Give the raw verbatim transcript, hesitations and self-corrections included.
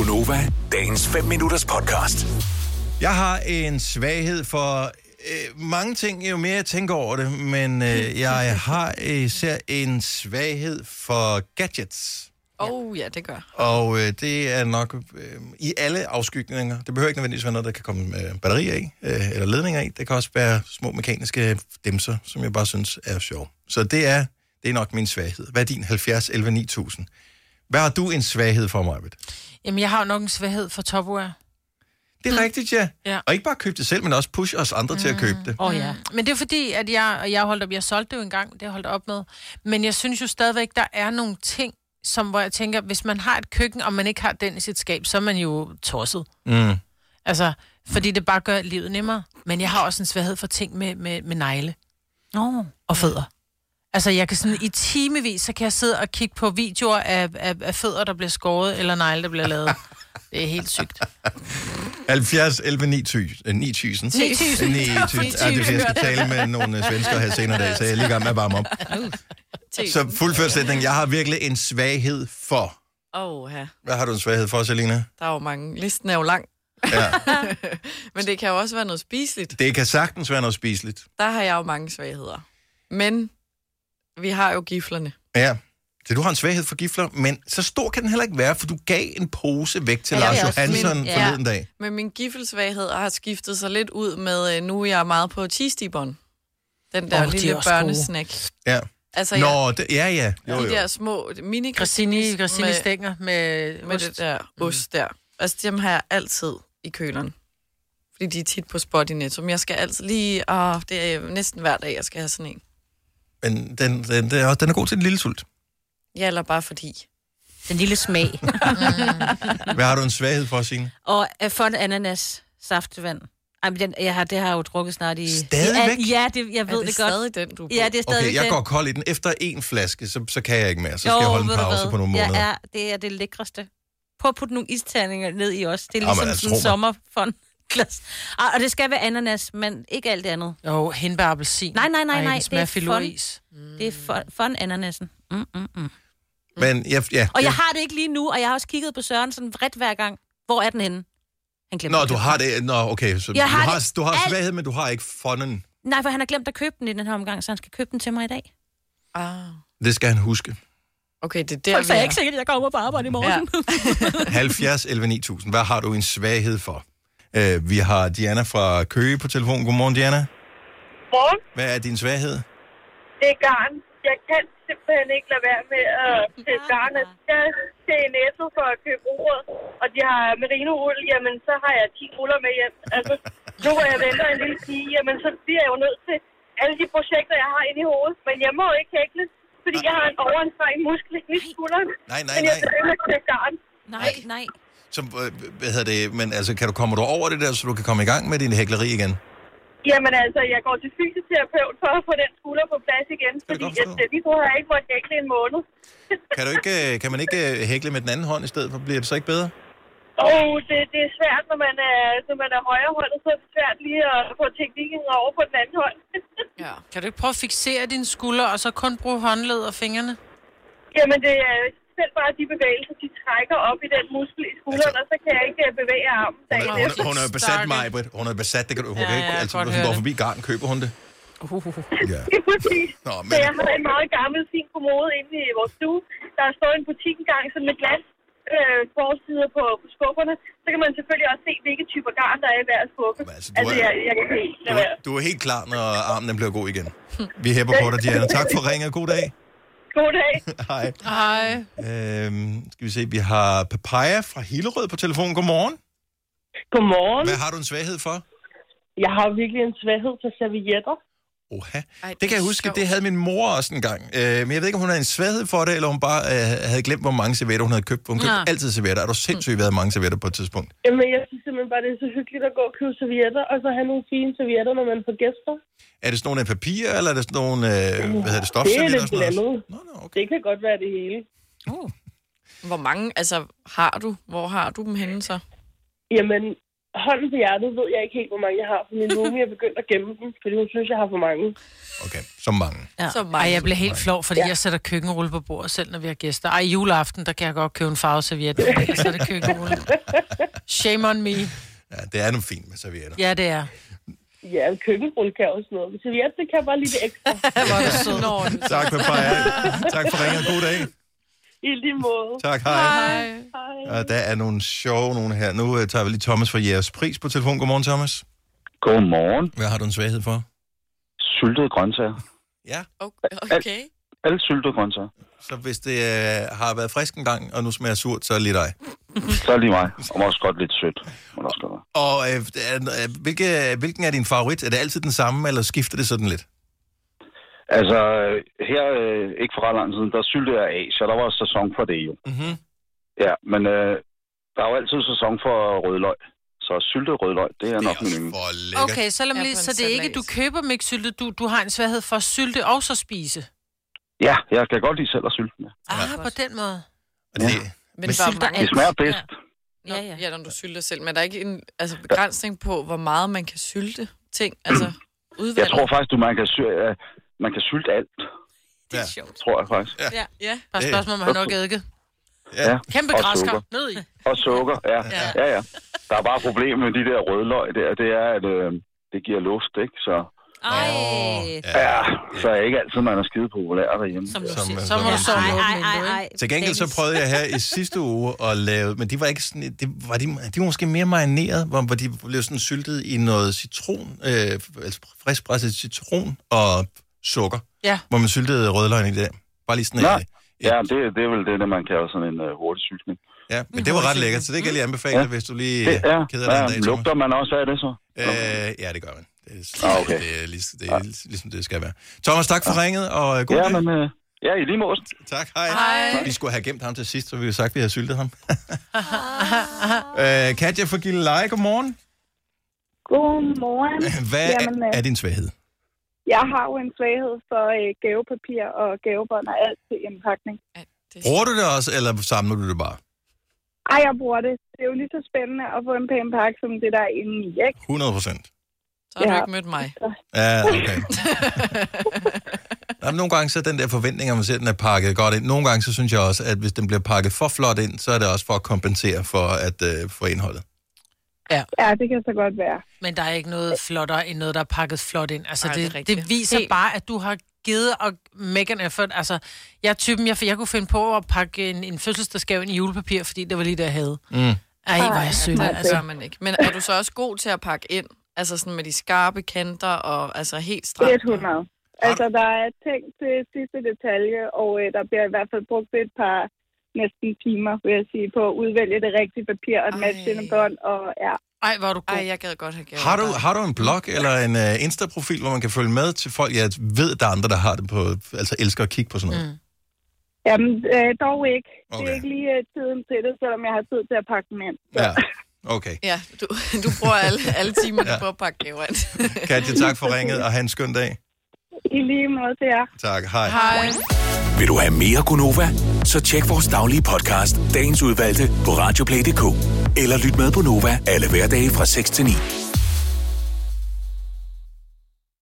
Gunova, dagens fem minutters podcast. Jeg har en svaghed for øh, mange ting, jo mere jeg tænker over det, men øh, jeg har især en svaghed for gadgets. Oh ja, det gør. Og øh, det er nok øh, i alle afskygninger. Det behøver ikke nødvendigvis være noget, der kan komme øh, batterier i, øh, eller ledninger i. Det kan også være små mekaniske dimser, som jeg bare synes er sjov. Så det er, det er nok min svaghed. Hvad er din halvfjerds elleve ni tusind? Hvad har du en svaghed for, Majbrit? Jamen, jeg har jo nok en svaghed for Tupperware. Det er mm. rigtigt, ja. ja. Og ikke bare købe det selv, men også pushe os andre mm. til at købe det. Åh oh, ja. Men det er fordi, at jeg, og jeg holdt op, jeg solgte det jo engang, det har jeg holdt op med. Men jeg synes jo stadigvæk, der er nogle ting, som hvor jeg tænker, hvis man har et køkken, og man ikke har den i sit skab, så er man jo tosset. Mm. Altså, fordi det bare gør livet nemmere. Men jeg har også en svaghed for ting med, med, med negle. Oh. Og fødder. Altså, jeg kan sådan, i timevis, så kan jeg sidde og kigge på videoer af, af, af fødder, der bliver skåret, eller negle, der bliver lavet. Det er helt sygt. halvfjerds elleve ni tusind. ni tusind. ni tusind. ni tusind. Ja, det er, jeg skal tale med nogle svensker her senere i dag, så jeg er lige i gang med at varme op. Så fuldført sætning. Jeg har virkelig en svaghed for. Åh, oh, ja. Hvad har du en svaghed for, Selina? Der er jo mange. Listen er jo lang. Ja. Men det kan jo også være noget spiseligt. Det kan sagtens være noget spiseligt. Der har jeg jo mange svagheder. Men vi har jo giflerne. Ja, så du har en svaghed for gifler, men så stor kan den heller ikke være, for du gav en pose væk til ja, Lars ja, Johansson min, forleden dag. Ja, men min gifelsvaghed har skiftet sig lidt ud med, nu er jeg meget på cheese-dibon. Den der oh, lille børnesnack. Ja. Altså, Nå, ja, det, ja, ja. Jo, de jo. der små mini grissini, grissini stænger med, med ost. det der ost der. Altså, dem har jeg altid i køleren. Fordi de er tit på spot i Netto. Men jeg skal altid lige... Åh, det er næsten hver dag, jeg skal have sådan en. Men den, den, den, er, den er god til en lille sult. Ja, eller bare fordi. Den lille smag. Hvad har du en svaghed for, Signe? Og uh, for en ananas saftvand. Ej, men den, jeg har, det har jeg jo drukket snart i... Stadigvæk? Ja, det, jeg ved er det, det godt. stadig den, du er på? Ja, det er stadig Okay, jeg den. går kold i den. Efter en flaske, så, så kan jeg ikke mere. Så skal jo, jeg holde en ved du pause hvad? på nogle måneder. Ja, er, det er det lækreste. Prøv at putte nogle isterninger ned i os. Det er Jamen, ligesom altså, sådan en tro mig. sommerfondglas. Og det skal være ananas, men ikke alt det andet. Jo, hindbær appelsin. Nej, nej, nej, Ej, nej. den Det smager er filois. fun. Det er fun, fun ananasen. Mm, mm, mm. Men ja, ja, Og det... jeg har det ikke lige nu, og jeg har også kigget på Søren sådan vredt hver gang. Hvor er den henne? Han glemte Nå, at du købe har den. det. Nå, okay. Så du Jeg har har, det du har alt- svaghed, men du har ikke funden. Nej, for han har glemt at købe den i den her omgang, så han skal købe den til mig i dag. Ah. Det skal han huske. Okay, det er der, Folk vi sagde er. ikke sikkert, at jeg kommer på arbejde i morgen. Ja. halvfjerds elleve ni tusind. Hvad har du en svaghed for? Uh, vi har Diana fra Køge på telefon. Godmorgen, Diana. Morgen. Hvad er din svaghed? Det er garn. Jeg kan simpelthen ikke lade være med at sætte garn. Jeg skal til Netto for at købe uret, og de har merino-uld, jamen så har jeg ti ruller med hjem. Altså, nu hvor jeg venter en lille pige, jamen så bliver jeg jo nødt til alle de projekter, jeg har inde i hovedet. Men jeg må ikke hækle, fordi jeg har en overanstrengt muskel i skulderen. Nej, nej, Men jeg nej. skal ikke sætte garn. Nej, nej. Så, øh, hvad hedder det? Men altså, kan du, kommer du over det der, så du kan komme i gang med din hækleri igen? Jamen altså, jeg går til fysioterapeut for at få den skulder på plads igen, fordi jeg, lige nu har jeg ikke måttet hækle en måned. Kan, du ikke, kan man ikke hækle med den anden hånd i stedet for? Bliver det så ikke bedre? Åh, oh, det, det er svært, når man er, når man er højrehåndet, så er det svært lige at få teknikken over på den anden hånd. Ja. Kan du ikke prøve at fixere dine skuldre, og så kun bruge håndled og fingrene? Jamen, det er selv bare de bevægelser, de trækker op i den muskel i skulderen, altså, og så kan jeg ikke bevæge armen Hun, dagen er- hun, efter. hun er jo besat, Majbrit. Hun er besat. Det kan du, hun Ja, kan ikke, ja, altså, godt hvis hun høre går det. forbi garn, køber hun det. Uh, uh, uh. Ja. Det er præcis. Nå, Så men, jeg har en meget gammel, fin kommode inde i vores stue. Der er stået en butik engang, sådan med glas øh, forsider på, på skubberne. Så kan man selvfølgelig også se, hvilke typer garn, der er i hver skubbe. Men altså, du Altså, er- jeg, jeg kan helt du, lade være. er- du er helt klar, når armen den bliver god igen. Vi hæpper på dig, Diana. Tak for ringet. God dag. God dag. Hej. Hej. Øhm, skal vi se, vi har Papaya fra Hillerød på telefonen. Godmorgen. Godmorgen. Hvad har du en svaghed for? Jeg har virkelig en svaghed til servietter. Oha. Ej, Det kan jeg huske, det havde min mor også en gang. Øh, men jeg ved ikke, om hun havde en svaghed for det, eller om hun bare øh, havde glemt, hvor mange servietter hun havde købt. Hun købte Nå. altid servietter. Er du sindssygt været mange servietter på et tidspunkt? Jamen, jeg synes simpelthen bare, det er så hyggeligt at gå og købe servietter, og så have nogle fine servietter, når man får gæster. Er det sådan nogle af papir, eller er det sådan nogle, øh, hvad hedder det, Det er stofservietter? lidt og sådan noget blandet. også? Nå, nå, okay. Det kan godt være det hele. Uh. Hvor mange, altså, har du? Hvor har du dem henne så? Jamen, hånden på hjertet ved jeg ikke helt, hvor mange jeg har, for min mumie er begyndt at gemme dem, fordi hun synes, jeg har for mange. Okay, så mange. Ja. Så Ej, jeg bliver helt flov, fordi ja. jeg sætter køkkenrulle på bordet selv, når vi har gæster. Ej, juleaften, der kan jeg godt købe en farveserviet, og så er det køkkenrulle. Shame on me. Ja, det er nu fint med servietter. Ja, det er. Ja, køkkenrulle kan også noget. Men serviet, det kan bare lige det ekstra. Hvor er det sødt. Tak for Paja. Tak for ringen. God dag. I lige måde. Tak, hej. Hej. Hej. Og der er nogle sjove nogle her. Nu uh, tager vi lige Thomas fra Jeres Pris på telefon. Godmorgen, Thomas. Godmorgen. Hvad har du en svaghed for? Syltede grøntsager. Ja. Okay. Alle syltede grøntsager. Så hvis det uh, har været frisk en gang, og nu smager surt, så er det lige dig. Så er det lige mig. Og også godt lidt sødt. Må det også godt være. Og uh, uh, hvilke, hvilken er din favorit? Er det altid den samme, eller skifter det sådan lidt? Altså, her, øh, ikke for ret lang tid, der syltede jeg af, så der var sæson for det jo. Mhm. Ja, men øh, der er jo altid sæson for rødløg. Så syltet rødløg, det er Det nok er min også yndling. for lækkert. Okay, så, lad mig Ja, lige, på en så det er ikke, salat. du køber dem ikke syltet, du, du har en svaghed for at sylte og så spise. Ja, jeg kan godt lide selv at sylte. Ja. Ah, på den måde. Og det, Men Hvis- der er sylter mange... Det smager bedst. Nå, Ja, ja. ja, når du sylter selv. Men der er ikke en altså, begrænsning på, hvor meget man kan sylte ting. Altså, udvalget. Jeg tror faktisk, du man kan, sy- øh, man kan sylte alt, det er Ja. sjovt. tror jeg faktisk. Ja. Ja. Bare Det- spørgsmål, om han nok eddike. Ja. Kæmpe Og græsker. sukker. Ned i. Og sukker, ja. Ja. Ja, ja. Der er bare et problem med de der rødløg der, det er, at øh, det giver luft, ikke? Så, Ej. ja. ja, så er ikke altid, man er skide populær derhjemme. Som du Som- siger. Så må du så Ej, åbne ej, en ej, nu, ej. Til gengæld så Dennis. prøvede jeg her i sidste uge at lave, men de var ikke sådan, det var de, de var måske mere marineret, hvor, hvor de blev sådan syltet i noget citron, øh, altså friskpresset citron og sukker, Ja. hvor man syltede rødløgn i det. Bare lige sådan Nå. et, et, Ja, det, det er vel det, der man kalder sådan en uh, hurtig syltning. ja, men det var ret lækkert, så det kan jeg lige anbefale, Ja. hvis du lige Det, ja, keder dig ja, en dag, Thomas. lugter man også af det så? Øh, ja, det gør man. Det er, Ah, okay. det er, ligesom, det er ligesom det skal være. Thomas, tak for ringet, og øh, god Ja, dag. men uh, ja, i lige måde. Tak, hej. Hej. Vi skulle have gemt ham til sidst, så vi ville sagt, at vi havde syltet ham. øh, Katja fra Gilleleje, godmorgen. Godmorgen. Hvad Jamen, er, øh, er din svaghed? Jeg har jo en svaghed for øh, gavepapir og gavebånd og alt til indpakning. Ja, det er Bruger du det også, eller samler du det bare? Ej, jeg bruger det. Det er jo lige så spændende at få en pæn pakke, som det der er inde i, ikke? hundrede procent. Så har du Ja. ikke mødt mig. Ja, okay. Jamen, nogle gange så er den der forventning, om at den er pakket godt ind. Nogle gange så synes jeg også, at hvis den bliver pakket for flot ind, så er det også for at kompensere for, at, øh, for indholdet. Ja, det kan så godt være. Men der er ikke noget flottere end noget, der er pakket flot ind. Altså, Ej, det, det er det, rigtigt. det viser Helt. bare, at du har givet og make an effort. Altså, jeg er typen, jeg, jeg kunne finde på at pakke en, en fødselsdagsgave ind i julepapir, fordi det var lige det, jeg havde. Mm. Ej, hvor er jeg sød. Det Altså, gør man ikke. Men er du så også god til at pakke ind? Altså sådan med de skarpe kanter og altså helt stramt? hundrede. Altså, der er tænkt til sidste detalje, og øh, der bliver i hvert fald brugt et par næsten timer, vil jeg sige, på at udvælge det rigtige papir og et Ej. matchende bånd, og ja. ej, hvor er du god. Ej, jeg gad godt have gavet Har du, dig. har du en blog eller en uh, Insta-profil, hvor man kan følge med til folk? Jeg ved, der er andre, der har det på, altså elsker at kigge på sådan noget. Mm. Jamen, øh, dog ikke. Det Okay. er ikke lige øh, tiden til det, selvom jeg har tid til at pakke dem ind. Så. Ja, okay. Ja, du, du bruger alle, alle timerne Ja. ja. på at pakke gaver ind. Katja, tak for ringet, og have en skøn dag. I lige måde til jer. Tak, hej. Hej. Vil du have mere Gunova? Så tjek vores daglige podcast, dagens udvalgte, på radioplay punktum d k. Eller lyt med på Nova alle hverdage fra seks til ni.